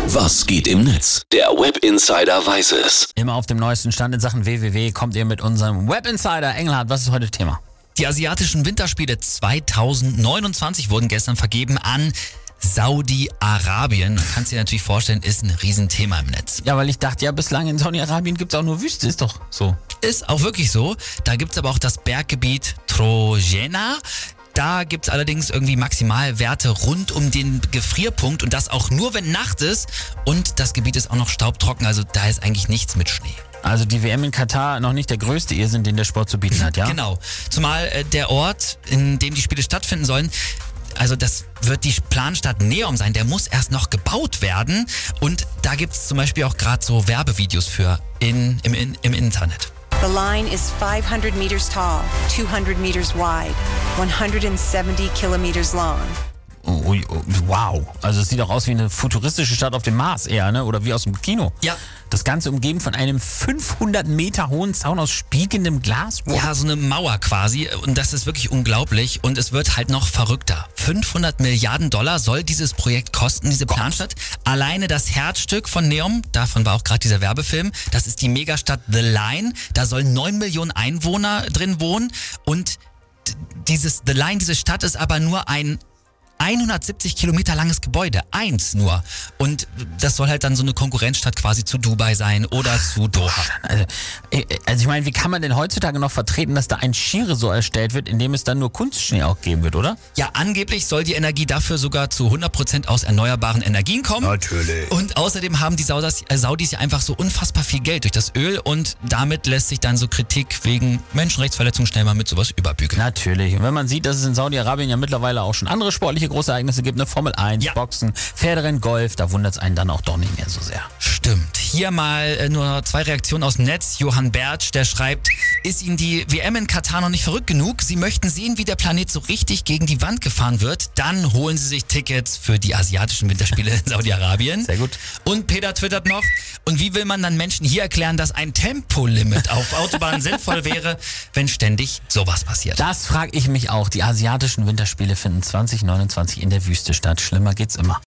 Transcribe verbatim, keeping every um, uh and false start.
Was geht im Netz? Der Web Insider weiß es. Immer auf dem neuesten Stand in Sachen W W W kommt ihr mit unserem Web Insider. Engelhardt, was ist heute Thema? Die asiatischen Winterspiele zweitausendneunundzwanzig wurden gestern vergeben an Saudi-Arabien. Man kann sich natürlich vorstellen, ist ein Riesenthema im Netz. Ja, weil ich dachte, ja, bislang in Saudi-Arabien gibt es auch nur Wüste, ist doch so. Ist auch wirklich so. Da gibt es aber auch das Berggebiet Trojena. Da gibt es allerdings irgendwie Maximalwerte rund um den Gefrierpunkt und das auch nur, wenn Nacht ist. Und das Gebiet ist auch noch staubtrocken, also da ist eigentlich nichts mit Schnee. Also die W M in Katar noch nicht der größte Irrsinn, den der Sport zu bieten hat, ja? Genau. Zumal äh, der Ort, in dem die Spiele stattfinden sollen, also das wird die Planstadt Neom sein, der muss erst noch gebaut werden. Und da gibt es zum Beispiel auch gerade so Werbevideos für in, im, in, im Internet. The line is five hundred meters tall, two hundred meters wide, one hundred seventy kilometers long. Oh, oh, oh, wow, also es sieht auch aus wie eine futuristische Stadt auf dem Mars eher, ne? Oder wie aus dem Kino. Ja. Das Ganze umgeben von einem fünfhundert Meter hohen Zaun aus spiegelndem Glas. Wow. Ja, so eine Mauer quasi und das ist wirklich unglaublich und es wird halt noch verrückter. fünfhundert Milliarden Dollar soll dieses Projekt kosten, diese Gott. Planstadt. Alleine das Herzstück von Neom, davon war auch gerade dieser Werbefilm, das ist die Megastadt The Line. Da sollen neun Millionen Einwohner drin wohnen und dieses The Line, diese Stadt ist aber nur ein hundertsiebzig Kilometer langes Gebäude, eins nur. Und das soll halt dann so eine Konkurrenzstadt quasi zu Dubai sein oder zu Doha. Also, also ich meine, wie kann man denn heutzutage noch vertreten, dass da ein Skiresort erstellt wird, in dem es dann nur Kunstschnee auch geben wird, oder? Ja, angeblich soll die Energie dafür sogar zu hundert Prozent aus erneuerbaren Energien kommen. Natürlich. Und außerdem haben die Saudis, äh, Saudis ja einfach so unfassbar viel Geld durch das Öl und damit lässt sich dann so Kritik wegen Menschenrechtsverletzungen schnell mal mit sowas überbügeln. Natürlich. Und wenn man sieht, dass es in Saudi-Arabien ja mittlerweile auch schon andere sportliche große Ereignisse gibt, eine Formel eins, Ja. Boxen, Pferderennen, Golf, da wundert es einen dann auch doch nicht mehr so sehr. Stimmt. Hier mal äh, nur zwei Reaktionen aus dem Netz. Johann Bertsch, der schreibt, ist Ihnen die W M in Katar noch nicht verrückt genug? Sie möchten sehen, wie der Planet so richtig gegen die Wand gefahren wird? Dann holen Sie sich Tickets für die asiatischen Winterspiele in Saudi-Arabien. Sehr gut. Und Peter twittert noch, und wie will man dann Menschen hier erklären, dass ein Tempolimit auf Autobahnen sinnvoll wäre, wenn ständig sowas passiert? Das frage ich mich auch. Die asiatischen Winterspiele finden zwanzig neunundzwanzig in der Wüste statt. Schlimmer geht's immer.